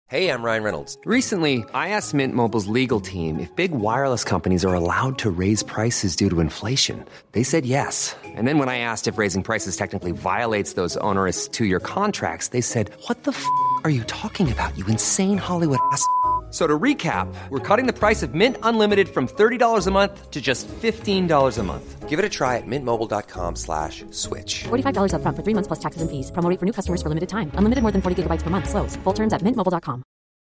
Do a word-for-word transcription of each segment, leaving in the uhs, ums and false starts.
Hey, I'm Ryan Reynolds. Recently, I asked Mint Mobile's legal team if big wireless companies are allowed to raise prices due to inflation. They said yes. And then when I asked if raising prices technically violates those onerous two-year contracts, they said, what the f*** are you talking about, you insane Hollywood ass f- So to recap, we're cutting the price of Mint Unlimited from thirty dollars a month to just fifteen dollars a month. Give it a try at mintmobile.com slash switch. forty-five dollars up front for three months plus taxes and fees. Promo rate for new customers for limited time. Unlimited more than forty gigabytes per month. Slows full terms at mint mobile dot com.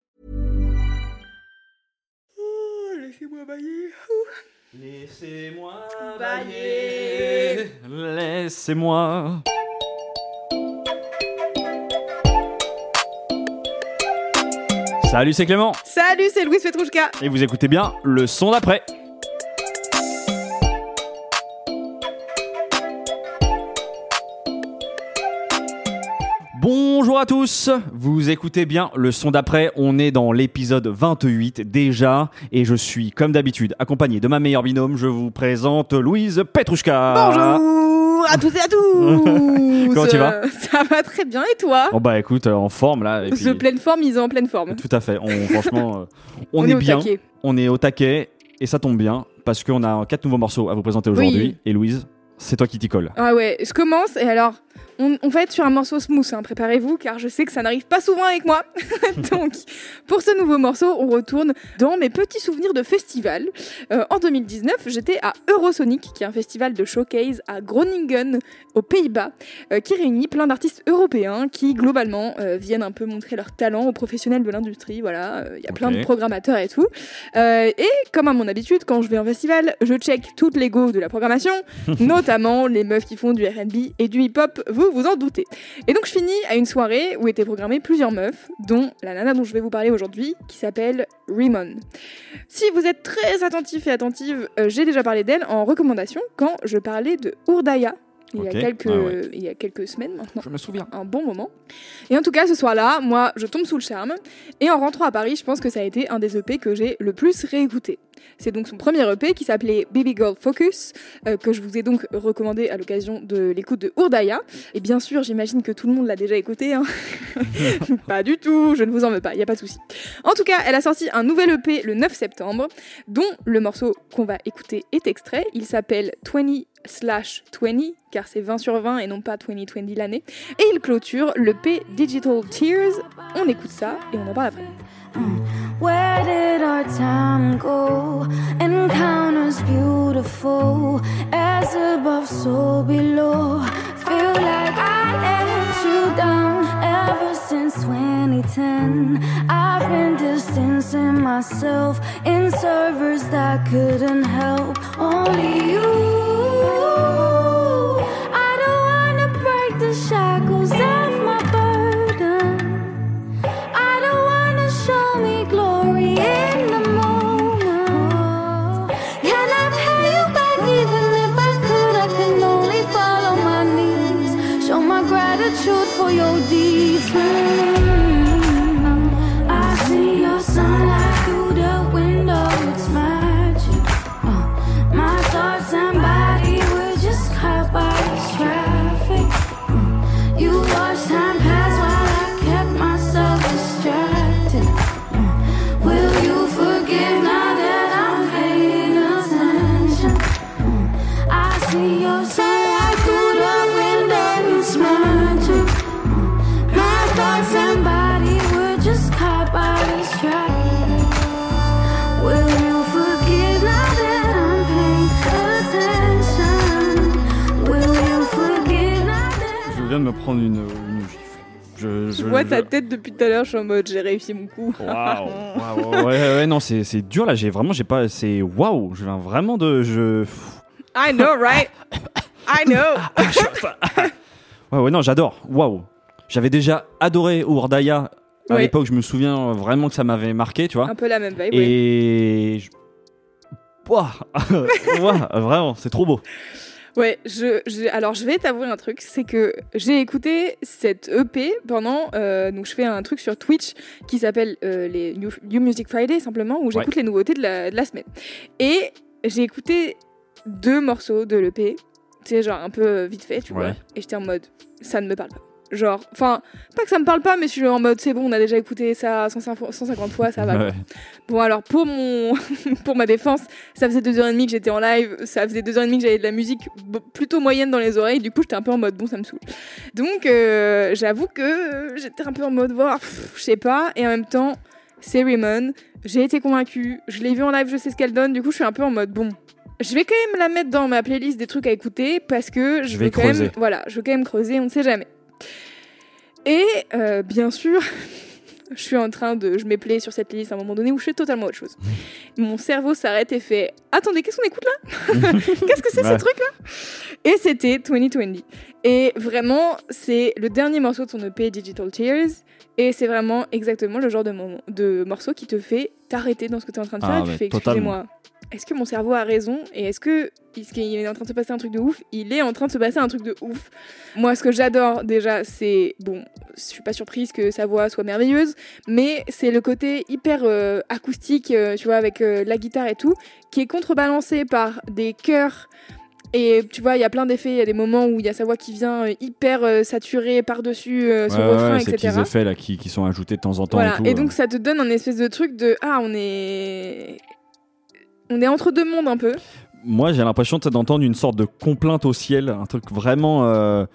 Oh, laissez-moi bailler. Laissez-moi bailler. Laissez-moi. Salut, c'est Clément. Salut, c'est Louise Petrouchka. Et vous écoutez bien le son d'après. Bonjour à tous, vous écoutez bien le son d'après, on est dans l'épisode vingt-huit déjà et je suis comme d'habitude accompagné de ma meilleure binôme, je vous présente Louise Petrouchka. Bonjour à tous et à tous. Comment tu vas ? Ça va très bien et toi ? Oh bah écoute, en forme là. Et De puis... pleine forme, ils sont en pleine forme. Tout à fait, on, franchement euh, on, On est, est au bien, taquet. on est au taquet et ça tombe bien parce qu'on a quatre nouveaux morceaux à vous présenter aujourd'hui Oui. et Louise, c'est toi qui t'y colle. Ah ouais, je commence et alors... On, on va être sur un morceau smooth, hein, préparez-vous, car je sais que ça n'arrive pas souvent avec moi. Donc, pour ce nouveau morceau, on retourne dans mes petits souvenirs de festival. Euh, en deux mille dix-neuf, j'étais à Eurosonic, qui est un festival de showcase à Groningen, aux Pays-Bas, euh, qui réunit plein d'artistes européens qui, globalement, euh, viennent un peu montrer leur talent aux professionnels de l'industrie. Voilà, il euh, y a Ok. plein de programmateurs et tout. Euh, et comme à mon habitude, quand je vais en festival, je check toutes les go de la programmation, notamment les meufs qui font du R and B et du hip-hop. Vous vous en doutez. Et donc je finis à une soirée où étaient programmées plusieurs meufs, dont la nana dont je vais vous parler aujourd'hui, qui s'appelle Rimon. Si vous êtes très attentif et attentive, euh, j'ai déjà parlé d'elle en recommandation quand je parlais de Urdaya. Il, Ok. y a quelques, Ah ouais. il y a quelques semaines maintenant. Je me souviens. Un bon moment. Et en tout cas, ce soir-là, moi, je tombe sous le charme. Et en rentrant à Paris, je pense que ça a été un des E P que j'ai le plus réécouté. C'est donc son premier E P qui s'appelait Baby Girl Focus, euh, que je vous ai donc recommandé à l'occasion de l'écoute de Urdaya. Et bien sûr, j'imagine que tout le monde l'a déjà écouté. Hein. Pas du tout, je ne vous en veux pas, il n'y a pas de souci. En tout cas, elle a sorti un nouvel E P le neuf septembre, dont le morceau qu'on va écouter est extrait. Il s'appelle vingt slash vingt, car c'est vingt sur vingt et non pas vingt vingt l'année. Et il clôture le P Digital Tears. On écoute ça et on en parle après. Where did our time go? Encounters beautiful, as above, so below. Feel like I let you down ever since twenty ten. I've been distancing myself in servers that couldn't help. Only you. I don't wanna break the shackles of my burden. I don't wanna show me glory in the moment. Can I pay you back even if I could? I can only follow my knees. Show my gratitude for your deeds. Mm. I see your sunlight through the window. It's magic. Uh, my thoughts and body were just caught by this traffic. Mm. You watched time pass while I kept myself distracted. Mm. Will you forgive now that I'm paying attention? Mm. I see your sunlight through the window. It's magic. Mm. My thoughts and body were just caught by this traffic. Will you forgive now that I'm paying attention? Will you forgive now that... Je viens de me prendre une, une gifle. Je, Je je- vois je- ta tête depuis tout à l'heure, je suis en mode j'ai réussi mon coup. Waouh, waouh, ouais, ouais, non, c'est, c'est dur là. J'ai vraiment, j'ai pas, c'est waouh. Je viens vraiment de, je. I know, right? I know. Ouais, ouais, non, j'adore. Waouh. J'avais déjà adoré Urdaya à Ouais. l'époque. Je me souviens vraiment que ça m'avait marqué, tu vois. Un peu la même vibe. ouais. Et je- Ouah. Ouah, vraiment, c'est trop beau. Ouais, je, je, alors je vais t'avouer un truc, c'est que j'ai écouté cette E P pendant, euh, donc je fais un truc sur Twitch qui s'appelle euh, les New, New Music Friday simplement, où j'écoute Ouais. les nouveautés de la, de la semaine. Et j'ai écouté deux morceaux de l'E P, tu sais, genre un peu vite fait, tu Ouais. vois, et j'étais en mode, ça ne me parle pas. Genre, enfin, pas que ça me parle pas, mais je suis en mode c'est bon, on a déjà écouté ça cent cinquante fois, ça va. Ouais. Bon, alors pour mon pour ma défense, ça faisait deux heures et demie que j'étais en live, ça faisait deux heures et demie que j'avais de la musique b- plutôt moyenne dans les oreilles, du coup j'étais un peu en mode bon, ça me saoule. Donc euh, j'avoue que euh, j'étais un peu en mode voir, je sais pas, et en même temps, c'est Raymond, j'ai été convaincue, je l'ai vu en live, je sais ce qu'elle donne, du coup je suis un peu en mode bon. Je vais quand même la mettre dans ma playlist des trucs à écouter parce que je, Je veux vais quand creuser. même, voilà, je veux quand même creuser, on ne sait jamais. Et euh, bien sûr, je suis en train de, je m'éplais sur cette playlist à un moment donné où je fais totalement autre chose. Mon cerveau s'arrête et fait, attendez, qu'est-ce qu'on écoute là ? Qu'est-ce que c'est Ouais. ce truc là ? Et c'était vingt vingt. Et vraiment, c'est le dernier morceau de son E P Digital Tears. Et c'est vraiment exactement le genre de, mon, de morceau qui te fait t'arrêter dans ce que tu es en train de faire Ah et tu ouais, fais, totalement. excusez-moi, est-ce que mon cerveau a raison et est-ce que est-ce qu'il est en train de se passer un truc de ouf ? Il est en train de se passer un truc de ouf. Moi, ce que j'adore déjà, c'est bon, je suis pas surprise que sa voix soit merveilleuse, mais c'est le côté hyper euh, acoustique, euh, tu vois, avec euh, la guitare et tout, qui est contrebalancé par des chœurs. Et tu vois, il y a plein d'effets, il y a des moments où il y a sa voix qui vient euh, hyper euh, saturée par-dessus euh, son Ouais, refrain, ouais, ces petits et cetera. effets là qui, qui sont ajoutés de temps en temps. Voilà. Et, tout, Et euh. donc ça te donne un espèce de truc de ah, on est on est entre deux mondes un peu. Moi, j'ai l'impression de- d'entendre une sorte de complainte au ciel, un truc vraiment. euh,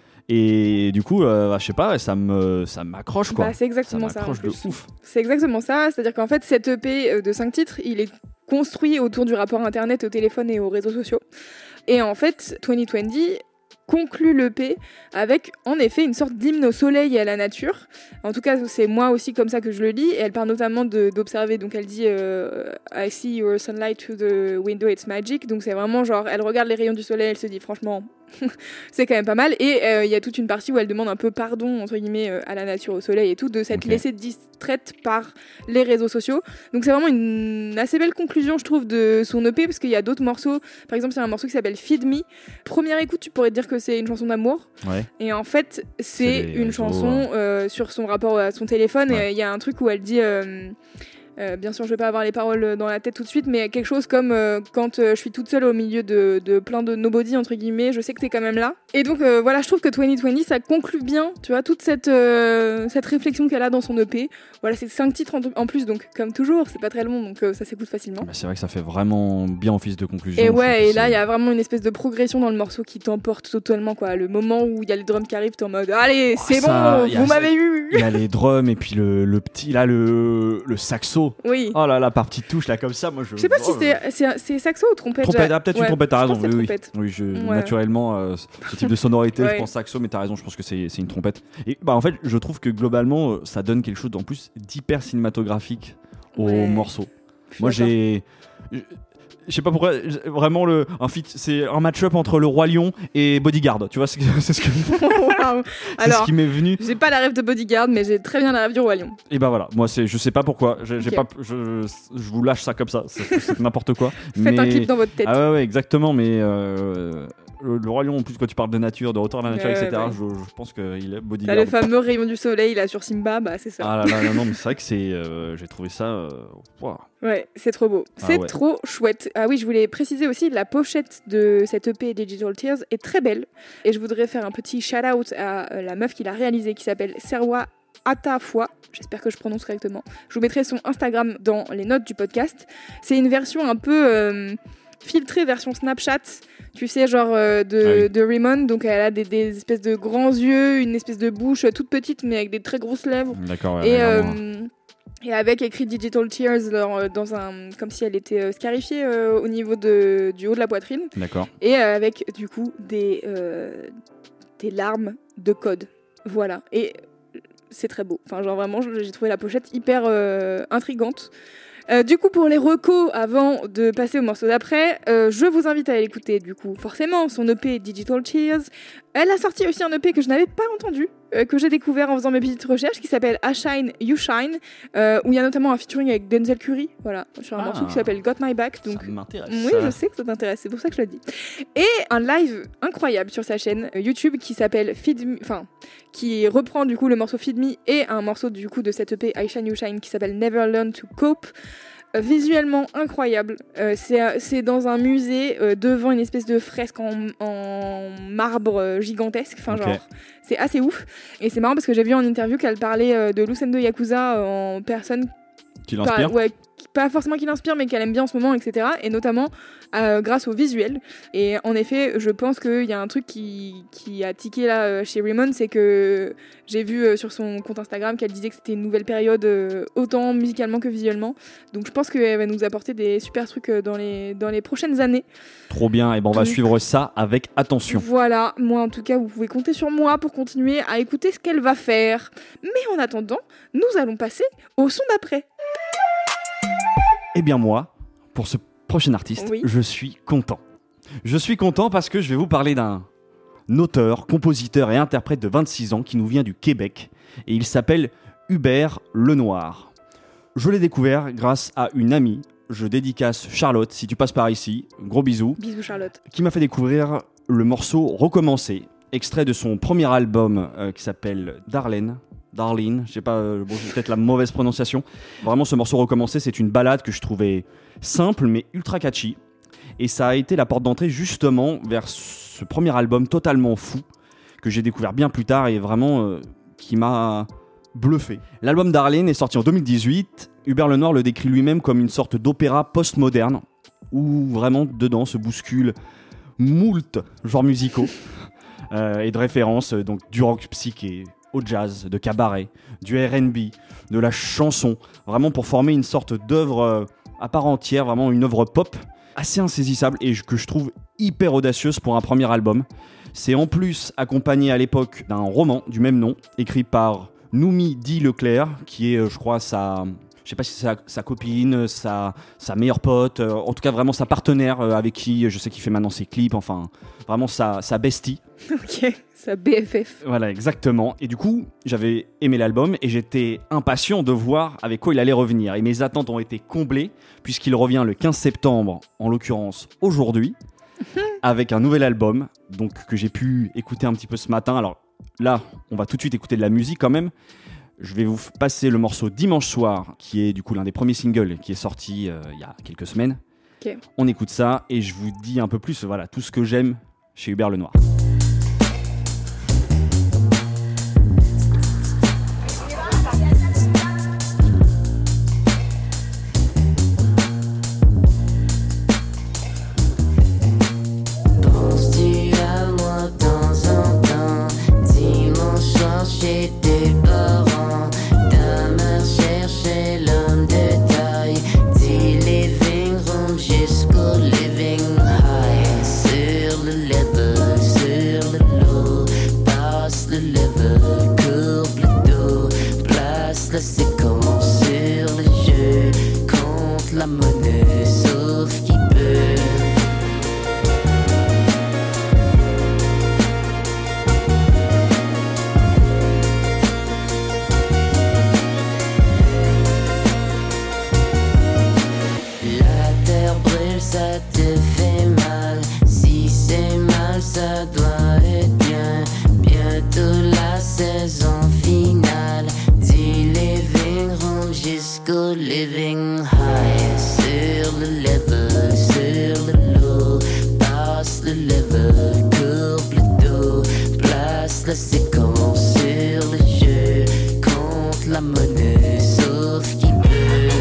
Et du coup, euh, je sais pas, ça me, ça m'accroche quoi. Bah, c'est exactement ça. en m'accroche de plus. ouf. C'est exactement ça, c'est-à-dire qu'en fait cet E P de cinq titres, il est construit autour du rapport internet, au téléphone et aux réseaux sociaux. Et en fait, vingt vingt conclut l'E P avec en effet une sorte d'hymne au soleil et à la nature. En tout cas, c'est moi aussi comme ça que je le lis. Et elle parle notamment de, d'observer. Donc elle dit euh, I see your sunlight through the window, it's magic. Donc c'est vraiment genre, elle regarde les rayons du soleil, elle se dit franchement, c'est quand même pas mal. Et il euh, y a toute une partie où elle demande un peu pardon entre guillemets euh, à la nature, au soleil et tout, de s'être Ok. laissée distraite par les réseaux sociaux. Donc c'est vraiment une assez belle conclusion, je trouve, de son E P, parce qu'il y a d'autres morceaux. Par exemple, il y a un morceau qui s'appelle Feed Me. Première écoute, tu pourrais te dire que c'est une chanson d'amour. Ouais. Et en fait, c'est, C'est les une réseaux, chanson euh, sur son rapport à son téléphone. Ouais. Et il y a un truc où elle dit... euh, euh, bien sûr, je vais pas avoir les paroles dans la tête tout de suite, mais quelque chose comme euh, quand euh, je suis toute seule au milieu de, de plein de nobody, entre guillemets, je sais que t'es quand même là. Et donc, euh, voilà, je trouve que vingt vingt, ça conclut bien, tu vois, toute cette, euh, cette réflexion qu'elle a dans son E P. Voilà, c'est cinq titres en, en plus, donc comme toujours, c'est pas très long, donc euh, ça s'écoute facilement. Bah, c'est vrai que ça fait vraiment bien office de conclusion. Et Je trouve ouais, que et là, c'est- il y a vraiment une espèce de progression dans le morceau qui t'emporte totalement, quoi. Le moment où il y a les drums qui arrivent, t'es en mode, allez, Oh, c'est ça, bon, il y a vous ça- m'avez eu. Il y a les drums et puis le, le petit, là, le, le saxo. Oui. Oh là là, par petites touches, là, comme ça, moi je. Je sais pas oh, si c'est, c'est, c'est saxo ou trompette. Trompette, j'ai- ah, peut-être ouais, une trompette, t'as je raison. pense que Oui, c'est oui. trompette. Oui, je, Ouais. naturellement, euh, ce type de sonorité, Ouais. je pense saxo, mais t'as raison, je pense que c'est, c'est une trompette. Et bah, en fait, je trouve que globalement, euh, ça donne quelque chose en plus d'hyper cinématographique au Ouais. morceau. Je suis Moi, d'accord. j'ai. je- Je sais pas pourquoi, j'- vraiment, le, un feat, c'est un match-up entre le Roi Lion et Bodyguard. Tu vois, c'est, c'est ce, que, Waouh. c'est Alors, ce qui m'est venu. j'ai pas la rêve de Bodyguard, mais j'ai très bien la rêve du Roi Lion. Et bah voilà, moi, c'est, je sais pas pourquoi. J'ai, j'ai Ok. pas, je, je vous lâche ça comme ça. C'est, c'est n'importe quoi. Faites mais... un clip dans votre tête. Ah ouais, ouais, exactement, mais euh, le, le Roi Lion, en plus, quand tu parles de nature, de retour à la nature, Ouais, et cetera, ouais. Je, je pense qu'il est T'as Bodyguard. le fameux rayon du soleil là sur Simba, bah c'est ça. Ah là là, non, non, mais c'est vrai que c'est, euh, j'ai trouvé ça. euh, waouh. Ouais, c'est trop beau. Ah C'est ouais. trop chouette. Ah oui, je voulais préciser aussi, la pochette de cette E P Digital Tears est très belle. Et je voudrais faire un petit shout-out à euh, la meuf qui l'a réalisée, qui s'appelle Serwa Atafoua. J'espère que je prononce correctement. Je vous mettrai son Instagram dans les notes du podcast. C'est une version un peu euh, filtrée, version Snapchat. Tu sais, genre euh, de, Ah oui. de Raymond. Donc elle a des, des espèces de grands yeux, une espèce de bouche toute petite, mais avec des très grosses lèvres. D'accord, ouais, Et, ouais, vraiment. euh, et avec écrit Digital Tears dans, dans un, comme si elle était euh, scarifiée euh, au niveau de, du haut de la poitrine. D'accord. Et euh, avec du coup des, euh, des larmes de code. Voilà. Et c'est très beau. Enfin, genre vraiment, j'ai trouvé la pochette hyper euh, intrigante. Euh, du coup, pour les recos, avant de passer au morceau d'après, euh, je vous invite à aller écouter, du coup, forcément, son E P Digital Tears. Elle a sorti aussi un E P que je n'avais pas entendu, euh, que j'ai découvert en faisant mes petites recherches, qui s'appelle I Shine, You Shine, euh, où il y a notamment un featuring avec Denzel Curry, voilà, sur un Ah. morceau qui s'appelle Got My Back. Donc, Ça m'intéresse. oui, je sais que ça t'intéresse, c'est pour ça que je le dis. Et un live incroyable sur sa chaîne euh, YouTube qui s'appelle Feed Me, enfin, qui reprend du coup le morceau Feed Me et un morceau du coup de cette E P I Shine You Shine qui s'appelle Never Learn to Cope. Euh, visuellement incroyable. Euh, c'est, euh, c'est dans un musée euh, devant une espèce de fresque en, en marbre euh, gigantesque. Enfin, Ok. genre, c'est assez ouf. Et c'est marrant parce que j'ai vu en interview qu'elle parlait euh, de Lucendo Yakuza euh, en personne. Qui Pas, l'inspire. ouais, qui- pas forcément qui l'inspire, mais qu'elle aime bien en ce moment, et cetera. Et notamment euh, grâce au visuel. Et en effet, je pense qu'il y a un truc qui, qui a tiqué là euh, chez Raymond, c'est que j'ai vu euh, sur son compte Instagram qu'elle disait que c'était une nouvelle période, euh, autant musicalement que visuellement. Donc je pense qu'elle va nous apporter des super trucs euh, dans les, dans les prochaines années. Trop bien. Et ben on va Donc- suivre ça avec attention. Voilà, moi en tout cas, vous pouvez compter sur moi pour continuer à écouter ce qu'elle va faire. Mais en attendant, nous allons passer au son d'après. Eh bien moi, pour ce prochain artiste, Oui. je suis content. Je suis content parce que je vais vous parler d'un auteur, compositeur et interprète de vingt-six ans qui nous vient du Québec et il s'appelle Hubert Lenoir. Je l'ai découvert grâce à une amie. Je dédicace Charlotte, si tu passes par ici, gros bisous, Bisous Charlotte. qui m'a fait découvrir le morceau Recommencer, extrait de son premier album euh, qui s'appelle Darlene. Darlene, je sais pas, euh, bon, c'est peut-être la mauvaise prononciation. Vraiment, ce morceau Recommencer, c'est une balade que je trouvais simple mais ultra catchy. Et ça a été la porte d'entrée justement vers ce premier album totalement fou que j'ai découvert bien plus tard et vraiment euh, qui m'a bluffé. L'album Darlene est sorti en deux mille dix-huit. Hubert Lenoir le décrit lui-même comme une sorte d'opéra post-moderne où vraiment dedans se bousculent moult genres musicaux euh, et de références, euh, donc du rock psyché, au jazz, de cabaret, du R and B, de la chanson, vraiment pour former une sorte d'œuvre euh, à part entière, vraiment une œuvre pop assez insaisissable et que je trouve hyper audacieuse pour un premier album. C'est en plus accompagné à l'époque d'un roman du même nom, écrit par Noumi Di Leclerc, qui est, euh, je crois, sa... Je sais pas si c'est sa, sa copine, sa, sa meilleure pote, euh, en tout cas vraiment sa partenaire euh, avec qui je sais qu'il fait maintenant ses clips, enfin vraiment sa, sa bestie. Ok, sa B F F. Voilà, exactement. Et du coup, j'avais aimé l'album et j'étais impatient de voir avec quoi il allait revenir. Et mes attentes ont été comblées puisqu'il revient le quinze septembre, en l'occurrence aujourd'hui, avec un nouvel album donc, que j'ai pu écouter un petit peu ce matin. Alors là, on va tout de suite écouter de la musique quand même. Je vais vous passer le morceau Dimanche Soir, qui est du coup l'un des premiers singles qui est sorti euh, il y a quelques semaines. Ok. On écoute ça et je vous dis un peu plus voilà, tout ce que j'aime chez Hubert Lenoir. Penses-tu à moi de temps en temps? Dimanche soir chez tes parents, ta mère cherchait l'homme de taille. Du living room jusqu'au living high. Sur le level, sur le lot, passe le level, courbe le dos, place la séquence sur le jeu, compte la monnaie, sauf qui peut. La terre brûle, ça te fait mal. Si c'est mal, ça doit être bien. Bientôt la saison finale. Du living room jusqu'au living high. Sur le level, sur le lot, passe le level, courbe le dos, place la séquence sur le jeu, compte la monnaie, sauf qui peut.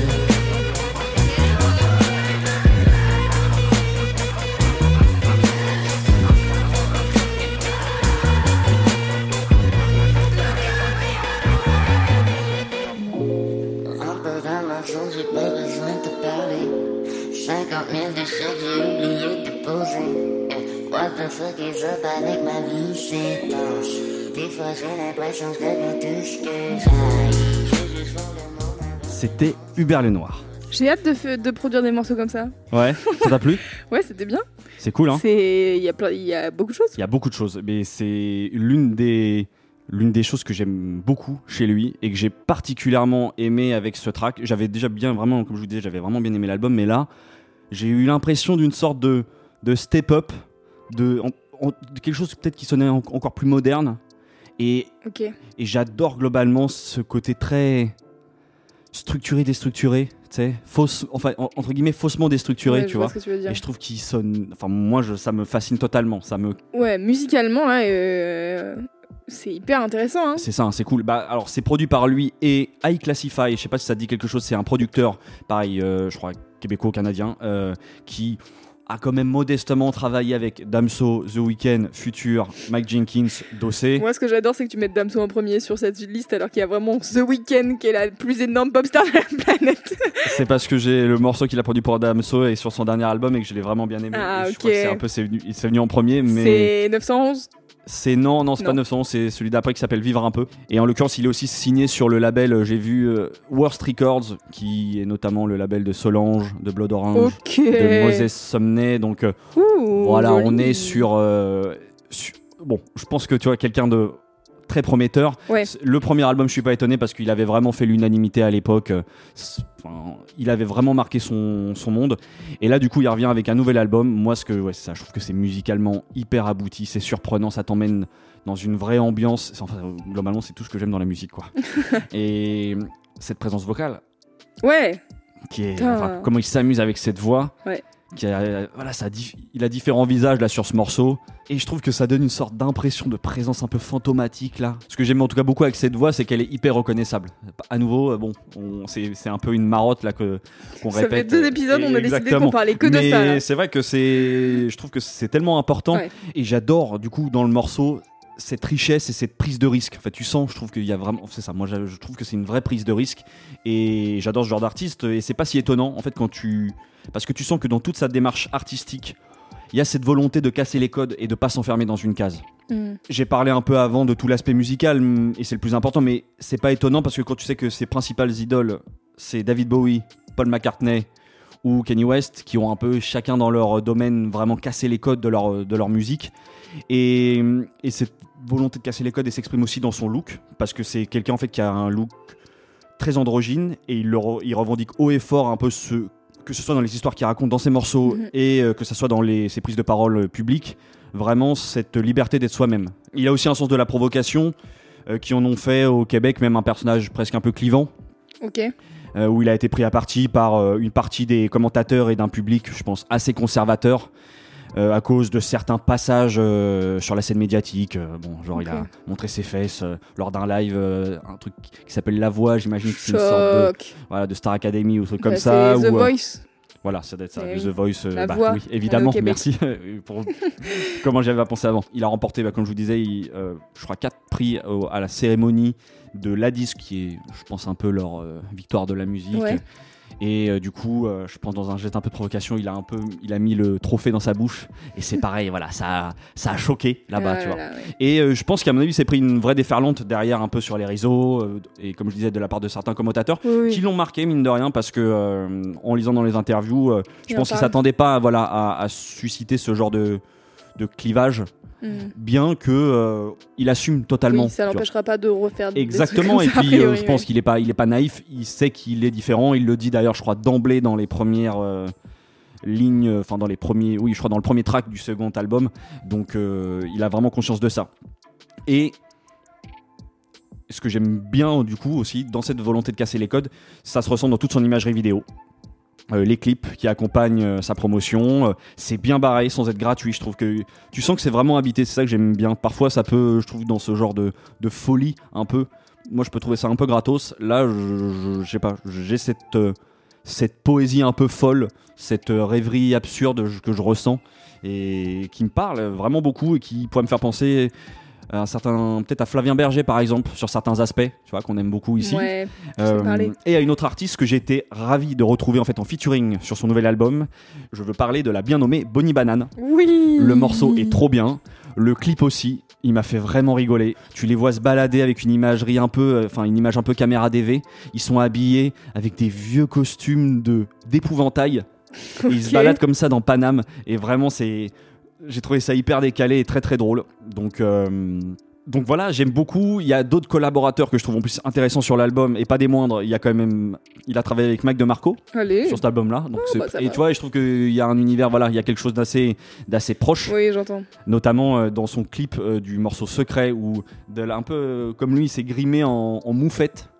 Rentre dans ma zone, j'ai pas besoin de te parler. cinquante mille de chèques, j'ai oublié de poser. Eh, What the fuck is up avec ma vie, c'est dense. Des fois j'ai l'impression que je deviens tout ce que j'aille. Je juste vois le monde avec- C'était Hubert Lenoir. J'ai hâte de, f- de produire des morceaux comme ça. Ouais, ça t'a plu? Ouais, c'était bien. C'est cool, hein? C'est, il y a plein, il y a beaucoup de choses. Il y a beaucoup de choses, mais c'est l'une des, l'une des choses que j'aime beaucoup chez lui et que j'ai particulièrement aimé avec ce track. J'avais déjà bien, vraiment, comme je vous disais, j'avais vraiment bien aimé l'album, mais là, j'ai eu l'impression d'une sorte de, de step-up, de, en- en- de quelque chose peut-être qui sonnait en- encore plus moderne. Et, Ok. et j'adore globalement ce côté très, structuré, déstructuré, tu sais, fausse, enfin en- entre guillemets faussement déstructuré, Ouais, tu je vois. ce que tu veux dire. Et je trouve qu'il sonne, enfin moi je, ça me fascine totalement, ça me, Ouais, musicalement, là, euh, c'est hyper intéressant. Hein. c'est ça, hein, c'est cool. Bah alors c'est produit par lui et High Classify, je sais pas si ça te dit quelque chose, c'est un producteur, pareil, euh, je crois québéco-canadien, euh, qui a quand même modestement travaillé avec Damso, The Weeknd, Future, Mike Jenkins, Dossé. Moi, ce que j'adore, c'est que tu mettes Damso en premier sur cette liste, alors qu'il y a vraiment The Weeknd qui est la plus énorme pop star de la planète. C'est parce que j'ai le morceau qu'il a produit pour Damso et sur son dernier album et que je l'ai vraiment bien aimé. Ah, Et je ok. crois que c'est un peu, c'est venu, c'est venu en premier, mais C'est neuf cent onze. c'est non, non, c'est Non. pas neuf cents, c'est celui d'après qui s'appelle Vivre un peu. Et en l'occurrence, il est aussi signé sur le label, euh, j'ai vu euh, Worst Records, qui est notamment le label de Solange, de Blood Orange, Ok. de Moses Sumney. Donc euh, Ouh, voilà, joli. on est sur, euh, sur- bon, je pense que tu vois quelqu'un de très prometteur. Ouais. Le premier album, je suis pas étonné parce qu'il avait vraiment fait l'unanimité à l'époque. Euh, c'est- enfin, il avait vraiment marqué son, son monde. Et là, du coup, il revient avec un nouvel album. Moi, ce que, ouais, c'est ça, je trouve que c'est musicalement hyper abouti, c'est surprenant, ça t'emmène dans une vraie ambiance. C'est- Enfin, globalement, c'est tout ce que j'aime dans la musique, quoi. Et cette présence vocale, Ouais. qui est, Putain. enfin, comment il s'amuse avec cette voix. Ouais. Qui a, voilà, ça a dif- il a différents visages là sur ce morceau et je trouve que ça donne une sorte d'impression de présence un peu fantomatique là. Ce que j'aime en tout cas beaucoup avec cette voix, c'est qu'elle est hyper reconnaissable. À nouveau, euh, bon, on- c'est, c'est un peu une marotte là que qu'on Ça répète. fait deux épisodes, on a décidé Exactement. qu'on parlait que de Mais ça. là. c'est vrai que c'est, je trouve que c'est tellement important Ouais. et j'adore du coup dans le morceau cette richesse et cette prise de risque. En fait, tu sens, je trouve qu'il y a vraiment, c'est ça. Moi, je je trouve que c'est une vraie prise de risque et j'adore ce genre d'artiste et c'est pas si étonnant en fait quand tu, parce que tu sens que dans toute sa démarche artistique, il y a cette volonté de casser les codes et de pas s'enfermer dans une case. Mm. J'ai parlé un peu avant de tout l'aspect musical mm, et c'est le plus important, mais c'est pas étonnant parce que quand tu sais que ses principales idoles, c'est David Bowie, Paul McCartney ou Kanye West, qui ont un peu chacun dans leur domaine vraiment cassé les codes de leur, de leur musique. Et, et cette volonté de casser les codes, elle s'exprime aussi dans son look, parce que c'est quelqu'un en fait qui a un look très androgyne et il, le re- il revendique haut et fort un peu ce, que ce soit dans les histoires qu'il raconte dans ses morceaux Mhm. et euh, que ce soit dans les, ses prises de parole euh, publiques, vraiment cette liberté d'être soi-même. Il a aussi un sens de la provocation euh, qui en ont fait au Québec même un personnage presque un peu clivant. Ok. Euh, où il a été pris à partie par euh, une partie des commentateurs et d'un public, je pense, assez conservateur, euh, à cause de certains passages euh, sur la scène médiatique. Euh, bon, genre, il a Ok. montré ses fesses euh, lors d'un live, euh, un truc qui s'appelle La Voix, j'imagine que c'est une sorte de, Choc. voilà, de Star Academy ou truc comme Bah, ça. C'est The ou, euh, Voice. voilà, ça doit être ça, Eh du oui. The Voice. euh, La bah, voix, oui, on est évidemment, au Québec. merci pour comment j'avais pas pensé avant. Il a remporté, bah, comme je vous disais, il, euh, je crois quatre prix au- à la cérémonie de la disque, qui est, je pense, un peu leur euh, victoire de la musique. Ouais. Et euh, du coup, euh, je pense dans un geste un peu de provocation, il a un peu, il a mis le trophée dans sa bouche. Et c'est pareil, voilà, ça, a- ça a choqué là-bas, Ah tu là vois. là, ouais. Et euh, je pense qu'à mon avis, il s'est pris une vraie déferlante derrière, un peu sur les réseaux, euh, et comme je disais, de la part de certains commentateurs Oui, oui. qui l'ont marqué, mine de rien, parce que euh, en lisant dans les interviews, euh, je Il pense en qu'ils parle. s'attendaient pas, voilà, à, à susciter ce genre de, de clivage, Mm. bien que euh, il assume totalement. Oui, ça tu vois. l'empêchera pas de refaire des Exactement, trucs et comme ça, puis a euh, priori, je pense ouais. qu'il est pas, il est pas naïf, il sait qu'il est différent, il le dit d'ailleurs, je crois, d'emblée dans les premières euh, lignes, enfin dans les premiers, oui, je crois dans le premier track du second album, donc euh, il a vraiment conscience de ça. Et ce que j'aime bien du coup aussi dans cette volonté de casser les codes, ça se ressent dans toute son imagerie vidéo. Euh, les clips qui accompagnent euh, sa promotion, euh, c'est bien barré sans être gratuit. Je trouve que tu sens que c'est vraiment habité. C'est ça que j'aime bien. Parfois, ça peut, je trouve, dans ce genre de, de folie un peu. Moi, je peux trouver ça un peu gratos. Là, je, je, je sais pas. J'ai cette euh, cette poésie un peu folle, cette euh, rêverie absurde que je ressens et qui me parle vraiment beaucoup et qui pourrait me faire penser à un certain, peut-être à Flavien Berger par exemple, sur certains aspects, tu vois, qu'on aime beaucoup ici. Ouais, Euh, j'en parlais. et à une autre artiste que j'ai été ravi de retrouver en fait en featuring sur son nouvel album. Je veux parler de la bien nommée Bonnie Banane. Oui. Le morceau est trop bien, le clip aussi. Il m'a fait vraiment rigoler. Tu les vois se balader avec une imagerie un peu, enfin une image un peu caméra D V. Ils sont habillés avec des vieux costumes de d'épouvantail. Et ils se Ok. baladent comme ça dans Paname. Et vraiment, c'est, j'ai trouvé ça hyper décalé et très très drôle. Donc euh, donc voilà, j'aime beaucoup. Il y a d'autres collaborateurs que je trouve en plus intéressants sur l'album et pas des moindres. Il y a quand même, il a travaillé avec Mac DeMarco Allez. sur cet album-là. Donc Oh, c'est- bah, ça et va. tu vois, je trouve qu'il y a un univers, voilà, il y a quelque chose d'assez d'assez proche. Oui, j'entends. Notamment euh, dans son clip euh, du morceau Secret où de là, un peu euh, comme lui il s'est grimé en, en moufette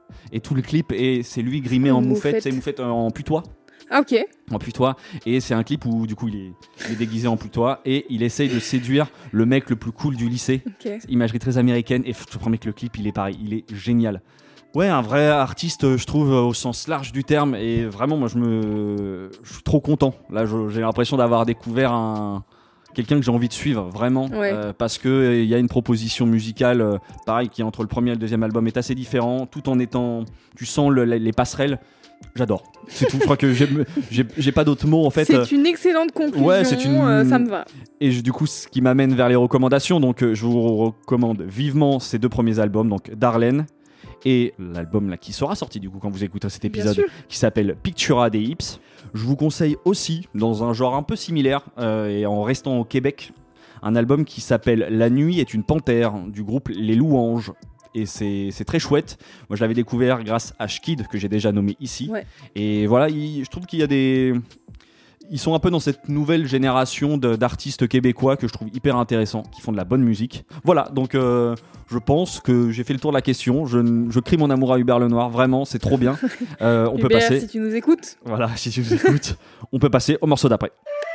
et tout le clip et c'est lui grimé en Une moufette, moufette. c'est moufette en putois. Ah, ok. En putois, et c'est un clip où du coup il est, il est déguisé en putois et il essaye de séduire le mec le plus cool du lycée. Ok. Imagerie très américaine, et je te promets que le clip il est pareil, il est génial. Ouais, un vrai artiste, je trouve, au sens large du terme, et vraiment moi je me, je suis trop content. Là je- j'ai l'impression d'avoir découvert un quelqu'un que j'ai envie de suivre vraiment, Ouais. euh, parce que il y a une proposition musicale, euh, pareil, qui entre le premier et le deuxième album est assez différent, tout en étant, tu sens le- les passerelles. J'adore. C'est tout. Je crois que j'ai, j'ai, j'ai pas d'autres mots en fait. C'est une excellente conclusion. ouais, c'est une- euh, ça me va. Et je- du coup, ce qui m'amène vers les recommandations. Donc, euh, je vous recommande vivement ces deux premiers albums, donc Darlene et l'album là qui sera sorti du coup quand vous écouterez cet Bien épisode, sûr. qui s'appelle Pictura des Hips. Je vous conseille aussi, dans un genre un peu similaire euh, et en restant au Québec, un album qui s'appelle La Nuit est une panthère du groupe Les Louanges. Et c'est, c'est très chouette. Moi, je l'avais découvert grâce à Shkid, que j'ai déjà nommé ici. Ouais. Et voilà, il- je trouve qu'il y a des. Ils sont un peu dans cette nouvelle génération de- d'artistes québécois que je trouve hyper intéressants, qui font de la bonne musique. Voilà, donc euh, je pense que j'ai fait le tour de la question. Je, je crie mon amour à Hubert Lenoir, vraiment, c'est trop bien. Euh, on peut Hubert, passer. si tu nous écoutes. Voilà, si tu nous écoutes, on peut passer au morceau d'après.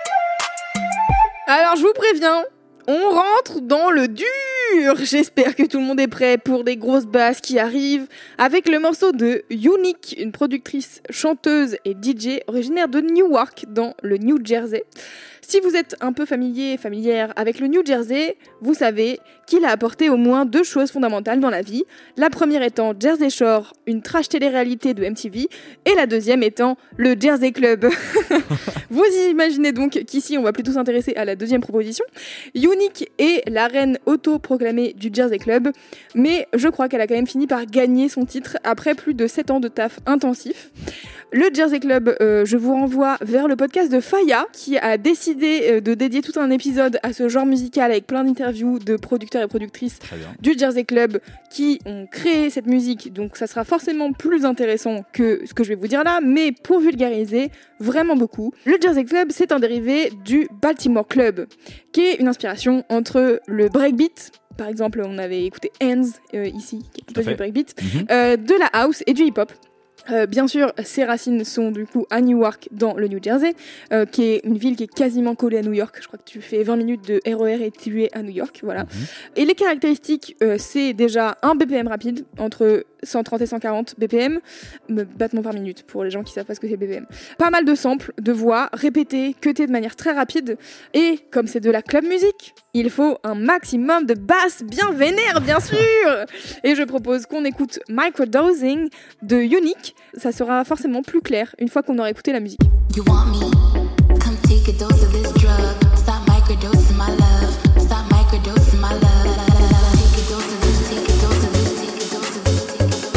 Alors, je vous préviens, on rentre dans le dur. J'espère que tout le monde est prêt pour des grosses basses qui arrivent avec le morceau de Unique, une productrice, chanteuse et D J originaire de Newark dans le New Jersey. Si vous êtes un peu familier, familière avec le New Jersey, vous savez qu'il a apporté au moins deux choses fondamentales dans la vie. La première étant Jersey Shore, une trash télé-réalité de M T V, et la deuxième étant le Jersey Club. Vous imaginez donc qu'ici on va plutôt s'intéresser à la deuxième proposition. Unique est la reine autoproclamée du Jersey Club, mais je crois qu'elle a quand même fini par gagner son titre après plus de sept ans de taf intensif. Le Jersey Club, euh, je vous renvoie vers le podcast de Faya, qui a décidé euh, de dédier tout un épisode à ce genre musical avec plein d'interviews de producteurs et productrices Très bien. du Jersey Club qui ont créé cette musique, donc ça sera forcément plus intéressant que ce que je vais vous dire là, mais pour vulgariser, vraiment beaucoup. Le Jersey Club, c'est un dérivé du Baltimore Club, qui est une inspiration entre le breakbeat. Par exemple, on avait écouté Hands euh, ici, qui est Tout à plutôt du fait. breakbeat, Mhm. euh, de la house et du hip-hop. Euh, bien sûr, ses racines sont du coup à Newark, dans le New Jersey, euh, qui est une ville qui est quasiment collée à New York. Je crois que tu fais vingt minutes de R E R et tu es à New York, voilà. Mhm. Et les caractéristiques, euh, c'est déjà un B P M rapide, entre cent trente et cent quarante B P M, me- battements par minute pour les gens qui savent pas ce que c'est B P M. Pas mal de samples, de voix, répétées, cutées de manière très rapide. Et comme c'est de la club music, il faut un maximum de basses bien vénères, bien sûr. Et je propose qu'on écoute Microdosing de Unique. Ça sera forcément plus clair une fois qu'on aura écouté la musique. You want me? Come take a dose of this drug. Stop microdosing my love. Stop microdosing my love. Take a dose of this, take a dose of this, take a dose of this, take a dose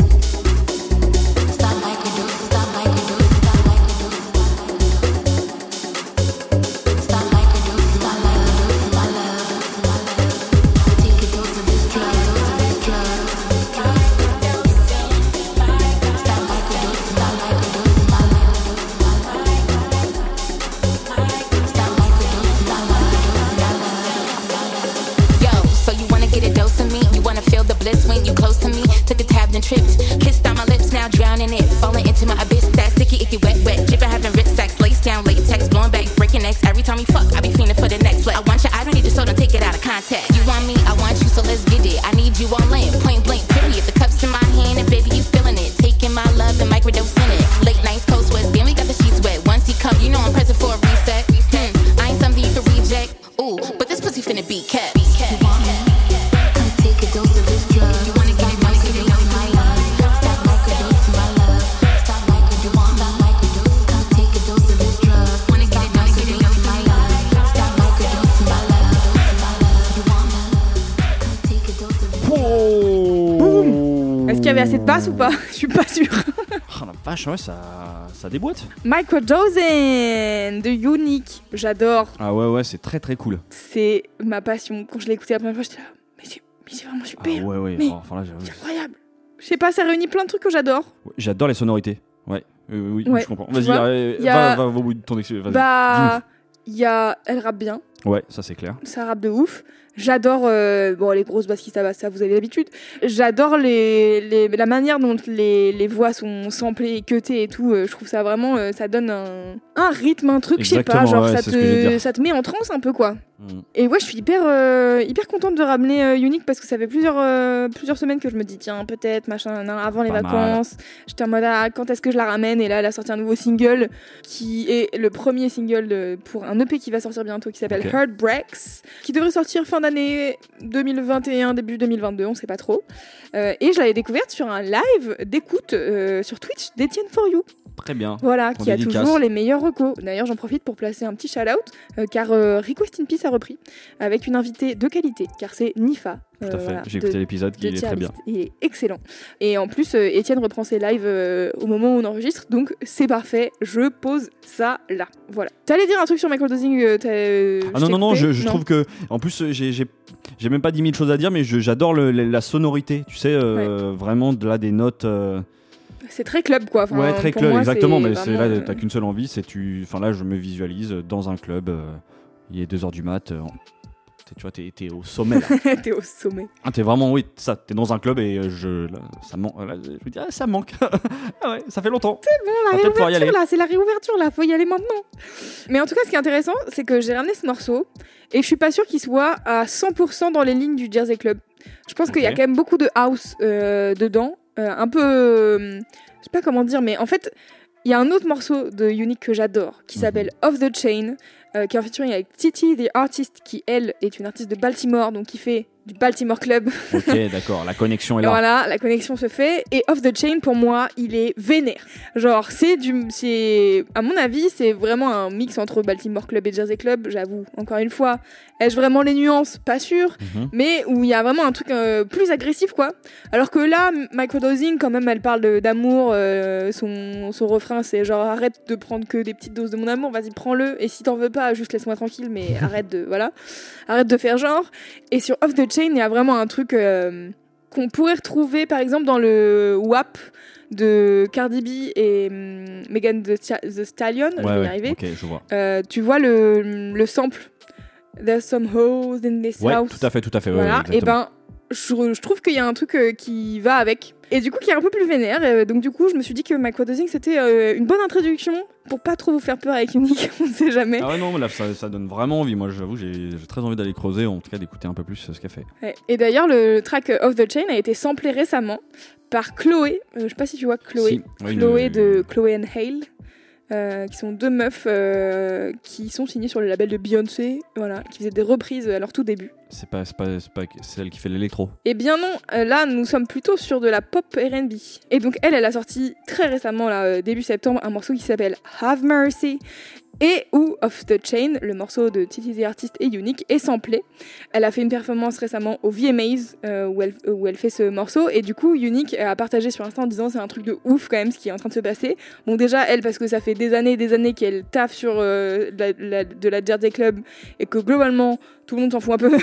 of this. Stop microdosing, stop microdosing, stop microdosing, stop microdosing my love, my love, my love. Take a dose of this drug, dose of this drug. Stop microdosing, stop microdosing my love. Stop microdosing, stop microdosing my love. Yo, so you wanna get a dose of me? You wanna feel the bliss when you close to me? Took a tab, then tripped. Kissed on my lips, now drowning it. Falling into my abyss, that sticky, icky, wet, wet. Dripping, having rich sex, lace down, latex, blowing back, breaking necks. Every time we fuck, I be feeling for the next flex. I want you, I don't need you, so don't take it out of context. You want me, I want you, so let's get it. I need you all in, point blank, period. The cups in my hand, and baby, you feeling it. Taking my love and microdosing it. Late nights, cold sweats, then we got the sheets wet. Once he come, you know I'm present for a reset. Hmm, I ain't something you can reject. Ooh, but this pussy finna be kept. You want me? Come take a dose of this drug. You wanna get it, microdosing my love. Stop microdosing my love. Stop microdosing, stop microdosing. Come take a dose of this drug. Wanna get it, microdosing my love. Stop microdosing my love. My love. You want me? Come take a dose of this drug. Oh. Est-ce qu'il y avait assez de basses ou pas? Je suis pas sûre. Oh la vache, ouais, ça, ça déboîte. Microdosing de Unique, j'adore. Ah ouais, ouais, c'est très très cool. C'est ma passion. Quand je l'ai écouté la première fois, j'étais là, mais c'est, mais c'est vraiment Ah super. ouais, ouais. Mais Oh, enfin, là, j'avoue. c'est incroyable. Je sais pas, ça réunit plein de trucs que j'adore. Ouais, j'adore les sonorités. Ouais, euh, oui, Ouais, je comprends. tu Vas-y, vois, euh, y a- va, va, va au bout de ton excuse. Vas-y. Bah, il y a, elle rappe bien, Ouais, ça c'est clair. ça rappe de ouf. J'adore euh, bon les grosses basses qui ça va, ça vous avez l'habitude. J'adore les, les la manière dont les, les voix sont samplées et cutées et tout. Euh, je trouve ça vraiment euh, ça donne un, un rythme, un truc, je sais pas, genre ouais, ça te ça te met en transe un peu quoi. Mm. Et ouais, je suis hyper euh, hyper contente de ramener euh, Unique parce que ça fait plusieurs euh, plusieurs semaines que je me dis tiens peut-être machin nan, avant les pas vacances. Mal. J'étais en mode ah, quand est-ce que je la ramène et là elle a sorti un nouveau single qui est le premier single de, pour un E P qui va sortir bientôt qui s'appelle okay. Heartbreaks qui devrait sortir fin d'année deux mille vingt et un, début deux mille vingt-deux, on sait pas trop. Euh, et je l'avais découverte sur un live d'écoute euh, sur Twitch d'Etienne For You. Très bien. Voilà, qui dédicace. A toujours les meilleurs recos. D'ailleurs, j'en profite pour placer un petit shout-out, euh, car euh, Request in Peace a repris, avec une invitée de qualité, car c'est Nifa. Tout à fait, euh, voilà, j'ai écouté de, l'épisode, il est très bien. Il est excellent. Et en plus, euh, Étienne reprend ses lives euh, au moment où on enregistre, donc c'est parfait, je pose ça là. Voilà. T'allais dire un truc sur microdosing euh, euh, Ah non, non, non, je, je non. trouve que, en plus, j'ai, j'ai, j'ai même pas dix mille choses à dire, mais je, j'adore le, la sonorité, tu sais, euh, ouais. vraiment de là des notes... Euh... C'est très club quoi. Enfin, ouais, très club, moi, exactement. C'est mais vraiment... c'est là, t'as qu'une seule envie, c'est tu. Enfin là, je me visualise dans un club. Euh, il est deux heures du mat. Euh, tu vois, t'es, t'es au sommet. Là. T'es au sommet. Ah, t'es vraiment, oui, ça. T'es dans un club et je, là, ça manque. Je me dis, ah, ça manque. Ah ouais, ça fait longtemps. C'est bon, la réouverture là, c'est la réouverture là. Faut y aller maintenant. Mais en tout cas, ce qui est intéressant, c'est que j'ai ramené ce morceau et je suis pas sûre qu'il soit à cent pour cent dans les lignes du Jersey Club. Je pense okay. qu'il y a quand même beaucoup de house euh, dedans. Euh, un peu euh, je sais pas comment dire, mais en fait il y a un autre morceau de Unique que j'adore qui s'appelle mm-hmm. Off the Chain euh, qui est en featuring avec Titi the Artist qui elle est une artiste de Baltimore, donc qui fait du Baltimore Club. Ok, d'accord, la connexion est là. Voilà, la connexion se fait. Et Off the Chain, pour moi, il est vénère. Genre, c'est du, c'est, à mon avis, c'est vraiment un mix entre Baltimore Club et Jersey Club. J'avoue, encore une fois, ai-je vraiment les nuances? Pas sûr, mm-hmm. mais où il y a vraiment un truc euh, plus agressif, quoi. Alors que là, Microdosing, quand même, elle parle de, d'amour. Euh, son, son refrain, c'est genre arrête de prendre que des petites doses de mon amour. Vas-y, prends-le. Et si t'en veux pas, juste laisse-moi tranquille. Mais arrête de, voilà, arrête de faire genre. Et sur Off the Chain, il y a vraiment un truc euh, qu'on pourrait retrouver par exemple dans le W A P de Cardi B et um, Megan Thee Stallion. Ouais, je vais y ouais, arriver. Okay, je vois. Euh, tu vois le, le sample There's some hoes in this ouais, house. Tout à fait, tout à fait. Voilà. Ouais, ouais, et ben, je, je trouve qu'il y a un truc euh, qui va avec. Et du coup, qui est un peu plus vénère. Euh, donc, du coup, je me suis dit que Microdosing, c'était euh, une bonne introduction pour pas trop vous faire peur avec Unique. On ne sait jamais. Ah ouais, non, là, ça, ça donne vraiment envie. Moi, j'avoue, j'ai, j'ai très envie d'aller creuser, en tout cas, d'écouter un peu plus ce qu'elle fait. Ouais. Et d'ailleurs, le track Off the Chain a été samplé récemment par Chloé. Euh, je sais pas si tu vois Chloé. Si. Oui, Chloé le... de Chloé and Hale. Euh, qui sont deux meufs euh, qui sont signées sur le label de Beyoncé, voilà, qui faisaient des reprises à leur tout début. C'est pas, c'est pas, c'est pas celle qui fait l'électro. Eh bien non, euh, là nous sommes plutôt sur de la pop R and B. Et donc elle, elle a sorti très récemment, là, euh, début septembre, un morceau qui s'appelle Have Mercy. Et où Off the Chain, le morceau de Titi the Artist et Unique, est samplé. Elle a fait une performance récemment au V M As euh, où, elle, où elle fait ce morceau. Et du coup, Unique a partagé sur Insta en disant c'est un truc de ouf quand même ce qui est en train de se passer. Bon, déjà, elle, parce que ça fait des années et des années qu'elle taffe sur euh, la, la, de la Jersey Club et que globalement, tout le monde s'en fout un peu.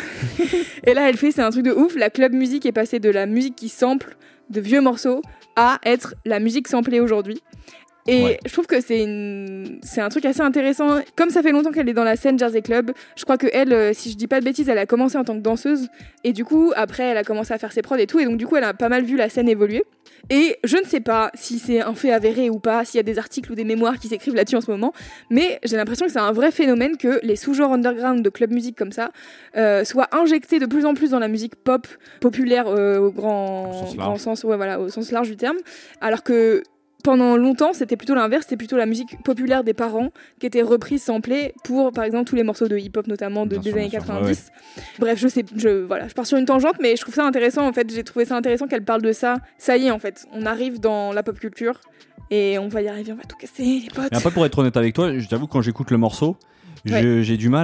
Et là, elle fait c'est un truc de ouf. La club musique est passée de la musique qui sample de vieux morceaux à être la musique samplée aujourd'hui. Et ouais. je trouve que c'est, une... c'est un truc assez intéressant. Comme ça fait longtemps qu'elle est dans la scène Jersey Club, je crois qu'elle, euh, si je dis pas de bêtises, elle a commencé en tant que danseuse. Et du coup, après, elle a commencé à faire ses prods et tout. Et donc, du coup, elle a pas mal vu la scène évoluer. Et je ne sais pas si c'est un fait avéré ou pas, s'il y a des articles ou des mémoires qui s'écrivent là-dessus en ce moment. Mais j'ai l'impression que c'est un vrai phénomène que les sous-genres underground de club musique comme ça euh, soient injectés de plus en plus dans la musique pop populaire euh, au grand, au sens grand sens, ouais, voilà, au sens large du terme. Alors que pendant longtemps, c'était plutôt l'inverse, c'était plutôt la musique populaire des parents qui était reprise, samplée pour, par exemple, tous les morceaux de hip-hop, notamment de, des sûr, années quatre-vingt-dix. Ouais. Bref, je sais, je, voilà, je pars sur une tangente, mais je trouve ça intéressant, en fait, j'ai trouvé ça intéressant qu'elle parle de ça. Ça y est, en fait, on arrive dans la pop culture et on va y arriver, on va tout casser, les potes. Mais après, pour être honnête avec toi, je t'avoue, quand j'écoute le morceau, Ouais. Je, j'ai du mal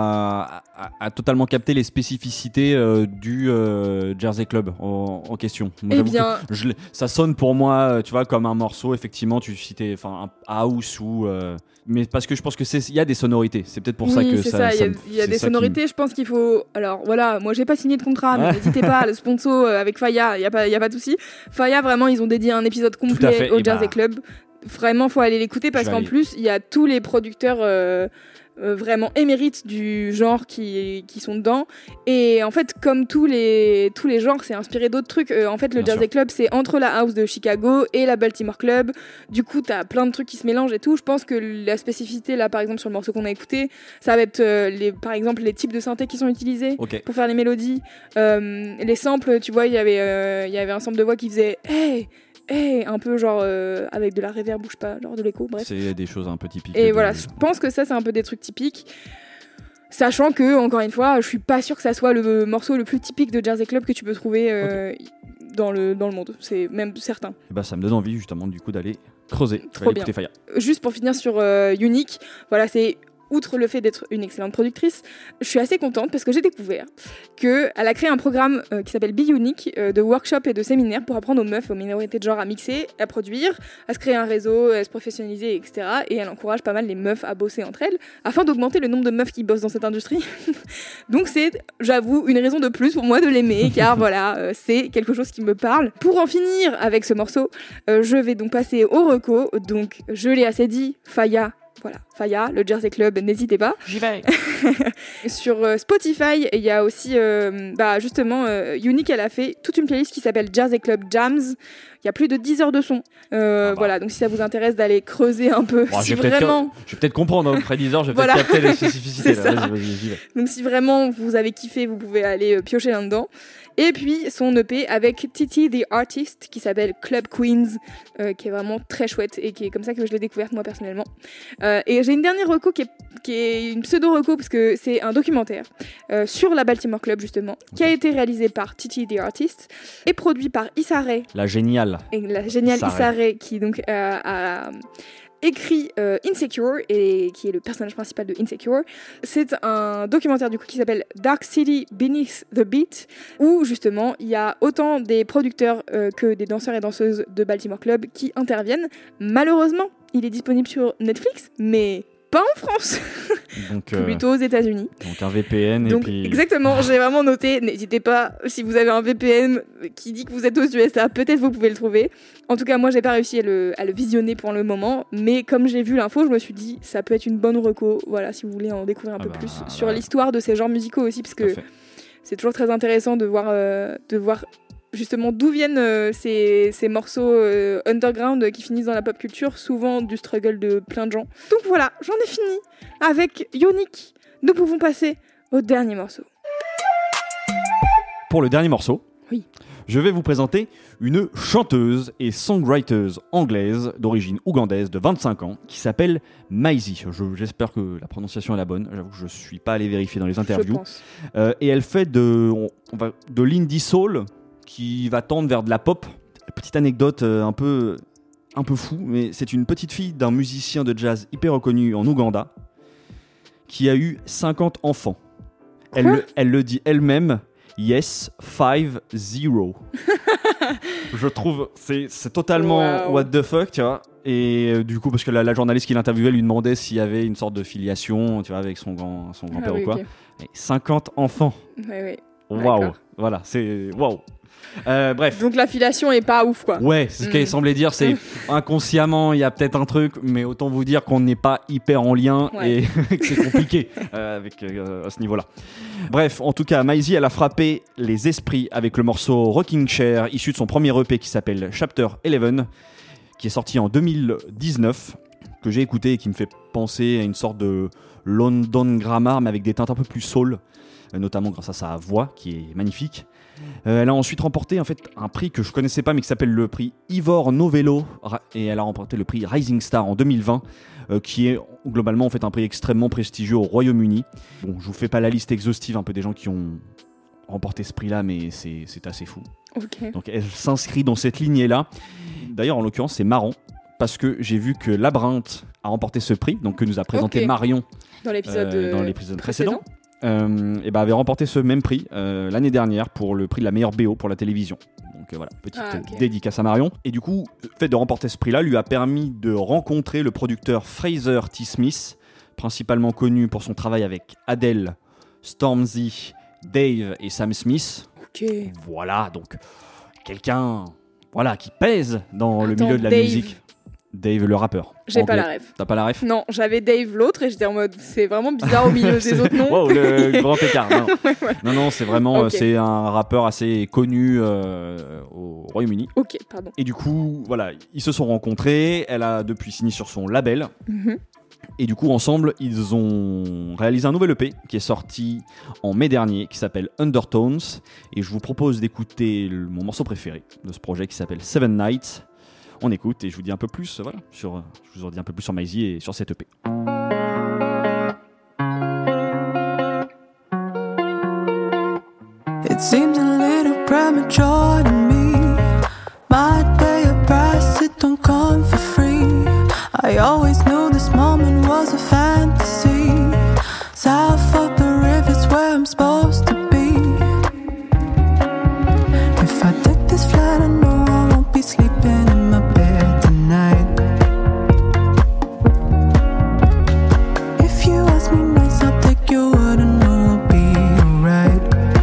à, à, à totalement capter les spécificités euh, du euh, Jersey Club en, en question. Moi, eh bien, je, ça sonne pour moi, tu vois, comme un morceau. Effectivement, tu citais, enfin, un house ou, euh, mais parce que je pense que c'est, il y a des sonorités. C'est peut-être pour oui, ça que c'est ça. ça. Il y a, me, y a des sonorités. Qui... Je pense qu'il faut. Alors voilà, moi j'ai pas signé de contrat, mais ouais. n'hésitez pas. Le sponsor euh, avec Faya, il y a pas, il y a pas de souci. Faya, vraiment, ils ont dédié un épisode complet au Jersey bah... Club. Vraiment, faut aller l'écouter parce qu'en aller. plus, il y a tous les producteurs. Euh, euh, vraiment émérites du genre qui, qui sont dedans. Et en fait, comme tous les, tous les genres, c'est inspiré d'autres trucs. Euh, en fait, le Bien Jersey sûr. Club, c'est entre la house de Chicago et la Baltimore Club. Du coup, t'as plein de trucs qui se mélangent et tout. Je pense que la spécificité, là, par exemple, sur le morceau qu'on a écouté, ça va être, euh, les, par exemple, les types de synthés qui sont utilisés Ok. pour faire les mélodies. Euh, les samples, tu vois, il y avait, euh, il y avait un sample de voix qui faisait « Hey !» Hey, un peu genre euh, avec de la reverb, bouge pas, genre de l'écho, bref. C'est des choses un peu typiques. Et de- voilà, je pense que ça, c'est un peu des trucs typiques. Sachant que, encore une fois, je suis pas sûre que ça soit le morceau le plus typique de Jersey Club que tu peux trouver euh, dans, le, dans le monde. C'est même certain. Et bah, ça me donne envie justement du coup d'aller creuser. Je vais Trop aller bien. écouter Faya. Juste pour finir sur euh, Unique, voilà, c'est outre le fait d'être une excellente productrice, je suis assez contente parce que j'ai découvert qu'elle a créé un programme euh, qui s'appelle Be Unique, euh, de workshop et de séminaires pour apprendre aux meufs, aux minorités de genre à mixer, à produire, à se créer un réseau, à se professionnaliser, et cetera. Et elle encourage pas mal les meufs à bosser entre elles afin d'augmenter le nombre de meufs qui bossent dans cette industrie. Donc c'est, j'avoue, une raison de plus pour moi de l'aimer, car voilà, euh, c'est quelque chose qui me parle. Pour en finir avec ce morceau, euh, je vais donc passer au reco. Donc je l'ai assez dit, Faya. Voilà, Faya, le Jersey Club, n'hésitez pas. J'y vais. Sur euh, Spotify, il y a aussi, euh, bah, justement, euh, Unique, elle a fait toute une playlist qui s'appelle Jersey Club Jams. Il y a plus de dix heures de son. Euh, Ah bah. Voilà, donc si ça vous intéresse d'aller creuser un peu, Bon, si je vais peut-être vraiment... co- je vais peut-être comprendre, hein, après dix heures, je vais Voilà. peut-être capter les spécificités. C'est Là. ça. Vas-y, vas-y, j'y vais. Donc si vraiment vous avez kiffé, vous pouvez aller euh, piocher là-dedans. Et puis son E P avec Titi the Artist qui s'appelle Club Queens, euh, qui est vraiment très chouette et qui est comme ça que je l'ai découverte moi personnellement. Euh, et j'ai une dernière reco qui est, qui est une pseudo-reco parce que c'est un documentaire euh, sur la Baltimore Club justement, qui a été réalisé par Titi the Artist et produit par Issa Rae, La géniale. et la géniale Issa Rae. Issa Rae qui donc euh, a écrit euh, Insecure et qui est le personnage principal de Insecure. C'est un documentaire du coup qui s'appelle Dark City Beneath the Beat où justement il y a autant des producteurs euh, que des danseurs et danseuses de Baltimore Club qui interviennent. Malheureusement, il est disponible sur Netflix, mais pas en France, Donc, euh, plutôt aux États-Unis. donc un V P N Donc et puis. exactement, j'ai vraiment noté, n'hésitez pas, si vous avez un V P N qui dit que vous êtes aux U S A, peut-être vous pouvez le trouver. En tout cas, moi j'ai pas réussi à le, à le visionner pour le moment, mais comme j'ai vu l'info, je me suis dit, ça peut être une bonne reco, voilà, si vous voulez en découvrir un Ah peu bah, plus là. sur l'histoire de ces genres musicaux aussi, parce Tout à que fait. c'est toujours très intéressant de voir, euh, de voir justement d'où viennent euh, ces, ces morceaux euh, underground qui finissent dans la pop culture, souvent du struggle de plein de gens. Donc voilà, j'en ai fini avec Unique. Nous pouvons passer au dernier morceau. Pour le dernier morceau, Oui. je vais vous présenter une chanteuse et songwriter anglaise d'origine ougandaise de vingt-cinq ans qui s'appelle Maisie. Je- J'espère que la prononciation est la bonne. J'avoue que je ne suis pas allé vérifier dans les Je interviews. pense. Euh, et elle fait de, on, on va, de l'indie soul qui va tendre vers de la pop. Petite anecdote euh, un peu, un peu fou, mais c'est une petite fille d'un musicien de jazz hyper reconnu en Ouganda qui a eu cinquante enfants. Elle, Quoi le- elle le dit elle-même. Yes, five zero. Je trouve c'est c'est totalement Wow. what the fuck, tu vois. Et euh, du coup, parce que la, la journaliste qui l'interviewait lui demandait s'il y avait une sorte de filiation, tu vois, avec son grand son grand-père Ah oui, ou quoi. ok. Et cinquante enfants. Ouais, ouais. Waouh. D'accord. Voilà, c'est waouh. Euh, bref. Donc l'affiliation est pas ouf quoi. Ouais, c'est ce qu'elle Mm. semblait dire, c'est inconsciemment, il y a peut-être un truc, mais autant vous dire qu'on n'est pas hyper en lien Ouais. et que c'est compliqué euh, avec, euh, à ce niveau-là. Bref, en tout cas, Maisie, elle a frappé les esprits avec le morceau Rocking Chair, issu de son premier E P qui s'appelle Chapter eleven, qui est sorti en deux mille dix-neuf, que j'ai écouté et qui me fait penser à une sorte de London Grammar, mais avec des teintes un peu plus soul, euh, notamment grâce à sa voix qui est magnifique. Euh, elle a ensuite remporté en fait un prix que je connaissais pas mais qui s'appelle le prix Ivor Novello Ra- et elle a remporté le prix Rising Star en deux mille vingt euh, qui est globalement en fait un prix extrêmement prestigieux au Royaume-Uni. Bon, je vous fais pas la liste exhaustive un peu des gens qui ont remporté ce prix-là, mais c'est, c'est assez fou. Ok. Donc elle s'inscrit dans cette lignée-là. D'ailleurs, en l'occurrence, c'est marrant parce que j'ai vu que Labyrinthe a remporté ce prix, donc que nous a présenté Ok. Marion Dans l'épisode euh, euh, dans l'épisode précédent. Euh, et ben avait remporté ce même prix euh, l'année dernière pour le prix de la meilleure B O pour la télévision. Donc euh, voilà, petite Ah, ok. euh, dédicace à Marion. Et du coup, le fait de remporter ce prix-là lui a permis de rencontrer le producteur Fraser T. Smith, principalement connu pour son travail avec Adele, Stormzy, Dave et Sam Smith. Ok. Voilà, donc quelqu'un voilà, qui pèse dans le Attends, milieu de la Dave. musique. Dave le rappeur. J'ai anglais. pas la ref. T'as pas la ref? Non, j'avais Dave l'autre et j'étais en mode c'est vraiment bizarre au milieu des autres noms. Wow, le grand écart. Non, Ouais, ouais. non, non, c'est vraiment Ok. euh, c'est un rappeur assez connu euh, au Royaume-Uni. Ok, pardon. Et du coup, voilà, ils se sont rencontrés. Elle a depuis signé sur son label. Mhm. Et du coup, ensemble, ils ont réalisé un nouvel E P qui est sorti en mai dernier, qui s'appelle Undertones. Et je vous propose d'écouter le- mon morceau préféré de ce projet qui s'appelle Seven Nights. On écoute et je vous dis un peu plus, voilà, sur, je vous en dis un peu plus sur Maisie et sur cette E P. It seems a little premature to me. Might pay a price, it don't come for free. I always knew this moment was a fantasy. South of the river's where I'm supposed to be. If I take this flight, I know I won't be sleeping in my bed tonight. If you ask me nice, I'll take your word and know I'll be alright.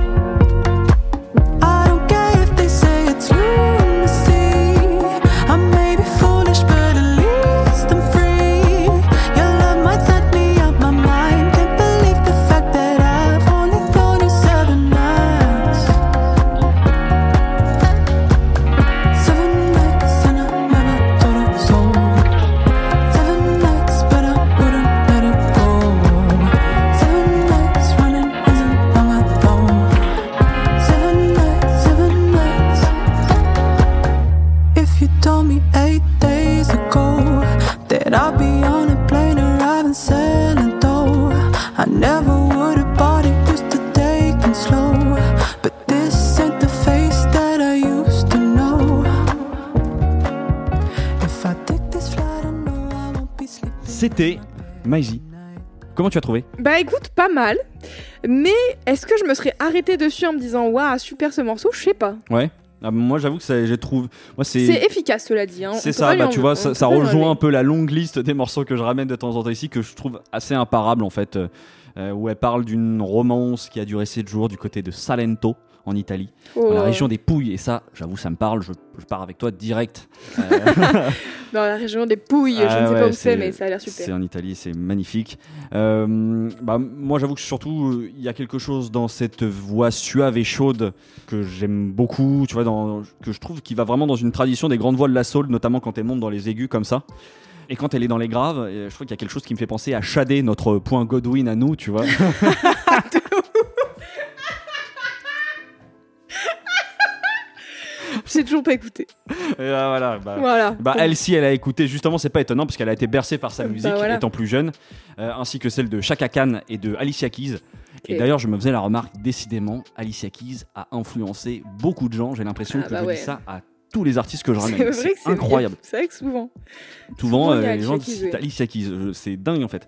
I don't care if they say it's lunacy. I may be foolish, but at least I'm free. Your love might set me out my mind. Can't believe the fact that I've only known you seven nights. Seven nights and I never told a soul. Seven nights, but I wouldn't let it go. Seven nights running isn't long alone. Seven nights, seven nights. If you told me eight days ago that I'd be on a plane arriving San Antonio, I never would have bought it, used to take it slow. But this ain't the face that I used to know. If I take this flight, I know I won't be sleeping. C'était Maisie. Comment tu as trouvé? Bah écoute, pas mal. Mais est-ce que je me serais arrêtée dessus en me disant waouh, super ce morceau? Je sais pas. Ouais. Ah, moi, j'avoue que ça, j'ai trouvé. Moi, c'est. C'est efficace, cela dit. Hein. On C'est peut ça, pas lui bah, en- tu vois, on ça, peut ça pas lui rejoint enlever. un peu la longue liste des morceaux que je ramène de temps en temps ici, que je trouve assez imparable en fait, euh, où elle parle d'une romance qui a duré sept jours du côté de Salento, en Italie, Oh. dans la région des Pouilles, et ça, j'avoue, ça me parle, je, je pars avec toi direct. Euh, Dans la région des Pouilles, je Ah ne sais ouais, pas où c'est, c'est- mais ça a l'air super. C'est en Italie, c'est magnifique. Euh, bah, moi, j'avoue que surtout, euh, il y a quelque chose dans cette voix suave et chaude que j'aime beaucoup, tu vois, dans, que je trouve qui va vraiment dans une tradition des grandes voix de la soul, notamment quand elle monte dans les aigus comme ça. Et quand elle est dans les graves, euh, je trouve qu'il y a quelque chose qui me fait penser à Shadé, notre point Godwin à nous, tu vois. J'ai toujours pas écouté. Et là, voilà, bah, Voilà. Bah, Bon. elle, si elle a écouté, justement, c'est pas étonnant parce qu'elle a été bercée par sa Bah, musique voilà. étant plus jeune, euh, ainsi que celle de Chaka Khan et de Alicia Keys. Et Ok. d'ailleurs, je me faisais la remarque, décidément, Alicia Keys a influencé beaucoup de gens. J'ai l'impression Ah que bah je ouais. dis ça à tous les artistes que je C'est ramène. vrai C'est que c'est incroyable. C'est vrai que souvent. Souvent, souvent, il y a euh, les gens Alicia Keys, disent ouais. Alicia Keys. Je- C'est dingue en fait.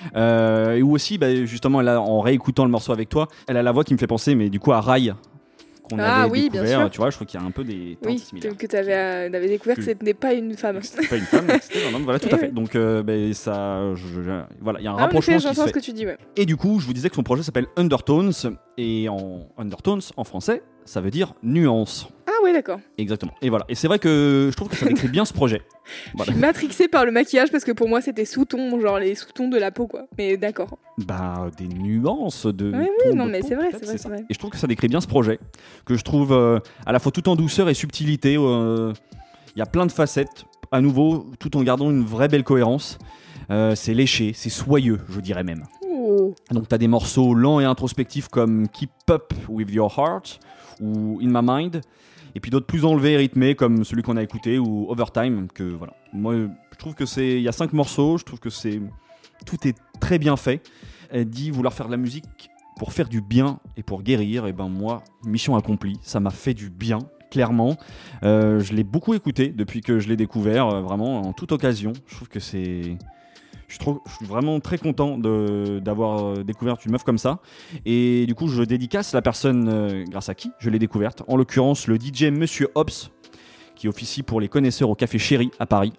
Euh, et aussi, bah, justement, elle a- en réécoutant le morceau avec toi, elle a la voix qui me fait penser, mais du coup, à Rai. Qu'on Ah avait oui, bien découvert, sûr. tu vois, je trouve qu'il y a un peu des teintes Oui, similaires. que tu avais découvert que Que- ce n'était pas une femme. C'était pas une femme, c'était un homme, voilà, tout Eh à fait. oui. Donc, euh, ben, ça, je- je- voilà, il y a un Ah, en rapprochement effet, qui se j'entends fait. ce que tu dis, ouais. Et du coup, je vous disais que son projet s'appelle Undertones, et en Undertones, en français, ça veut dire nuance. Ah ouais, d'accord. Exactement. Et voilà. Et c'est vrai que je trouve que ça décrit bien ce projet. Je Voilà. suis matrixée par le maquillage parce que pour moi c'était sous-ton, genre les sous-tons de la peau, quoi. Mais d'accord. Bah, des nuances de. Oui, tons oui, non, de mais peau, c'est vrai, peut-être, c'est vrai, ça. c'est vrai. Et je trouve que ça décrit bien ce projet, que je trouve euh, à la fois tout en douceur et subtilité. euh, Il y a plein de facettes, à nouveau, tout en gardant une vraie belle cohérence. Euh, c'est léché, c'est soyeux, je dirais même. Oh. Donc tu as des morceaux lents et introspectifs comme Keep Up With Your Heart ou In My Mind, et puis d'autres plus enlevés et rythmés comme celui qu'on a écouté ou Overtime. Que voilà, moi je trouve que c'est, il y a cinq morceaux, je trouve que c'est, tout est très bien fait. Elle dit vouloir faire de la musique pour faire du bien et pour guérir. Et ben moi, mission accomplie, ça m'a fait du bien. Clairement, euh, je l'ai beaucoup écouté depuis que je l'ai découvert, euh, vraiment en toute occasion. Je trouve que c'est, je suis, trop, je suis vraiment très content de, d'avoir euh, découvert une meuf comme ça. Et du coup, je dédicace la personne euh, grâce à qui je l'ai découverte. En l'occurrence, le D J Monsieur Hobbs, qui officie pour les connaisseurs au Café Chéri à Paris.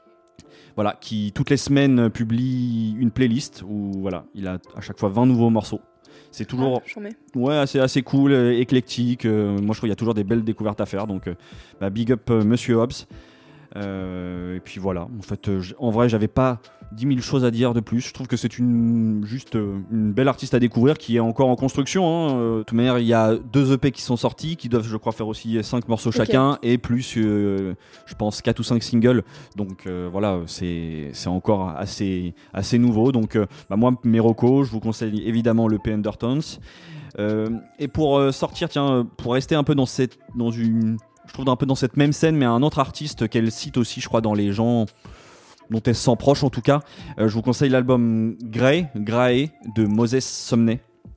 Voilà, qui toutes les semaines publie une playlist où voilà, il a à chaque fois vingt nouveaux morceaux. C'est toujours Ah, j'en mets. ouais, assez, assez cool, euh, éclectique. Euh, moi, je trouve qu'il y a toujours des belles découvertes à faire. Donc, euh, bah, big up euh, Monsieur Hobbs. Euh, et puis voilà, en fait, euh, j- en vrai, j'avais pas dix mille choses à dire de plus. Je trouve que c'est une, juste euh, une belle artiste à découvrir qui est encore en construction. Hein. Euh, de toute manière, il y a deux E P qui sont sortis, qui doivent, je crois, faire aussi cinq morceaux Ok. chacun, et plus, euh, je pense, quatre ou cinq singles. Donc euh, voilà, c'est, c'est encore assez, assez nouveau. Donc euh, bah, moi, mes recos, je vous conseille évidemment le P Undertones. Euh, et pour euh, sortir, tiens, euh, pour rester un peu dans cette, dans une, je trouve un peu dans cette même scène, mais un autre artiste qu'elle cite aussi, je crois, dans les gens dont elle se sent proche en tout cas, euh, je vous conseille l'album Grey, Grae de Moses Sumney.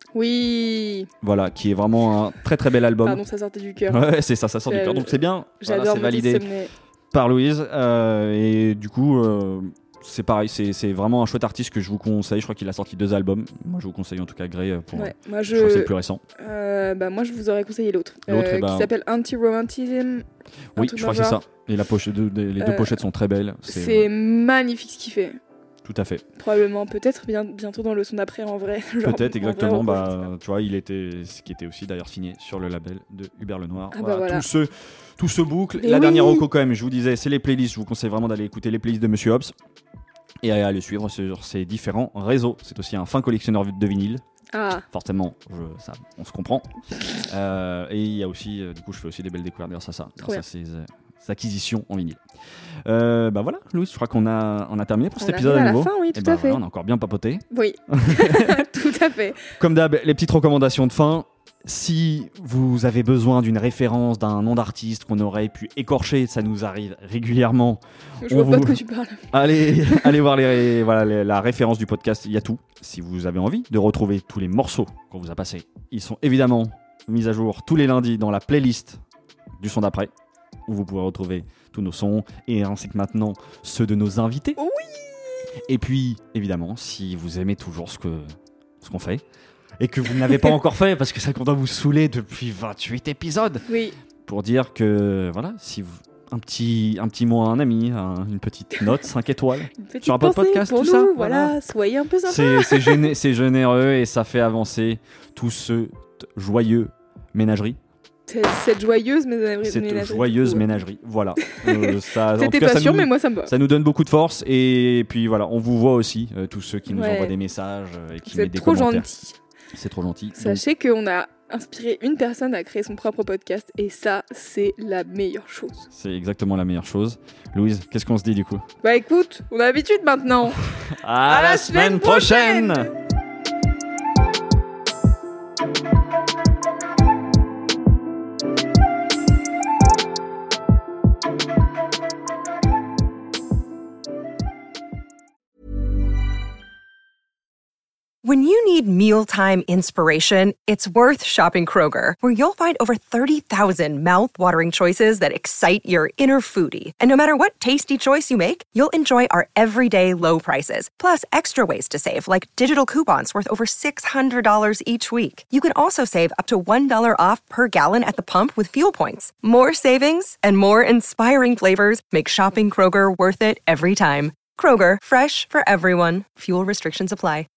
Oui. Voilà, qui est vraiment un très très bel album. Pardon, ça sortait du cœur. Ouais, c'est ça, ça sort du Euh, cœur. Donc c'est bien. Voilà, J'adore c'est Moses validé Sumney. par Louise. Euh, et du coup, euh, c'est pareil, c'est, c'est vraiment un chouette artiste que je vous conseille. Je crois qu'il a sorti deux albums. Moi, je vous conseille en tout cas Grey pour. Ouais, moi Je crois que c'est je, le plus récent. euh, bah moi je vous aurais conseillé l'autre, L'autre, euh, eh ben- qui s'appelle Anti-Romanticism. Un Oui, truc je crois dans que c'est le ça. Et la poche, de- de- les deux Euh, pochettes sont très belles. C'est, C'est magnifique ce qu'il fait. Tout à fait. Probablement, peut-être bien, bientôt dans le son d'après en vrai. Genre, Peut-être en exactement. vrai, en vrai, je sais Bah, tu vois, il était, ce qui était aussi d'ailleurs signé sur le label de Hubert Lenoir. Ah bah voilà. Tout ce, tout ce boucle. Mais la oui. dernière reco quand même. Je vous disais, c'est les playlists. Je vous conseille vraiment d'aller écouter les playlists de Monsieur Hobbs et à le suivre sur ses différents réseaux. C'est aussi un fin collectionneur de vinyle. pas. Ah, Forcément, je- ça, on se comprend. Euh, et il y a aussi, euh, du coup, je fais aussi des belles découvertes grâce à ça, Trop grâce à ces, euh, ces acquisitions en vinyle. Euh, bah voilà, Louise, je crois qu'on a, on a terminé pour on cet épisode arrive à à la nouveau. fin, oui, Et tout bah à fait. voilà, on a encore bien papoté. Oui, tout à fait. Comme d'hab, les petites recommandations de fin. Si vous avez besoin d'une référence, d'un nom d'artiste qu'on aurait pu écorcher, ça nous arrive régulièrement. Je On vois pas de vous- quoi tu parles. Allez, allez voir les, voilà, les- la référence du podcast, il y a tout. Si vous avez envie de retrouver tous les morceaux qu'on vous a passés, ils sont évidemment mis à jour tous les lundis dans la playlist du son d'après, où vous pourrez retrouver tous nos sons, et ainsi que maintenant ceux de nos invités. Oui. Et puis, évidemment, si vous aimez toujours ce, que, ce qu'on fait, et que vous ne l'avez pas encore fait, parce que ça doit vous saouler depuis vingt-huit épisodes, Oui, pour dire que, voilà, si vous... Un petit, un petit mot à un ami, un- une petite note, cinq étoiles. une petite Sur un pensée podcast, pour tout nous, ça, voilà. voilà. Soyez un peu sympa. C'est, c'est, géné- c'est généreux et ça fait avancer tout ce joyeux ménagerie. C'est- Cette joyeuse ménagerie. Cette ménagerie, joyeuse du coup. ménagerie. Voilà. Euh, ça, en tout T'étais cas, pas ça sûr, nous, mais moi ça me va. ça nous donne beaucoup de force. Et puis voilà, on vous voit aussi, euh, tous ceux qui nous Ouais. envoient des messages euh, et qui Vous mettent êtes des trop commentaires. gentil. C'est trop gentil. Donc, Sachez qu'on a inspiré une personne à créer son propre podcast et ça, c'est la meilleure chose. c'est exactement la meilleure chose. Louise, qu'est-ce qu'on se dit du coup? Bah écoute, on a l'habitude maintenant. À, la semaine prochaine. When you need mealtime inspiration, it's worth shopping Kroger, where you'll find over thirty thousand mouthwatering choices that excite your inner foodie. And no matter what tasty choice you make, you'll enjoy our everyday low prices, plus extra ways to save, like digital coupons worth over six hundred dollars each week. You can also save up to one dollar off per gallon at the pump with fuel points. More savings and more inspiring flavors make shopping Kroger worth it every time. Kroger, fresh for everyone. Fuel restrictions apply.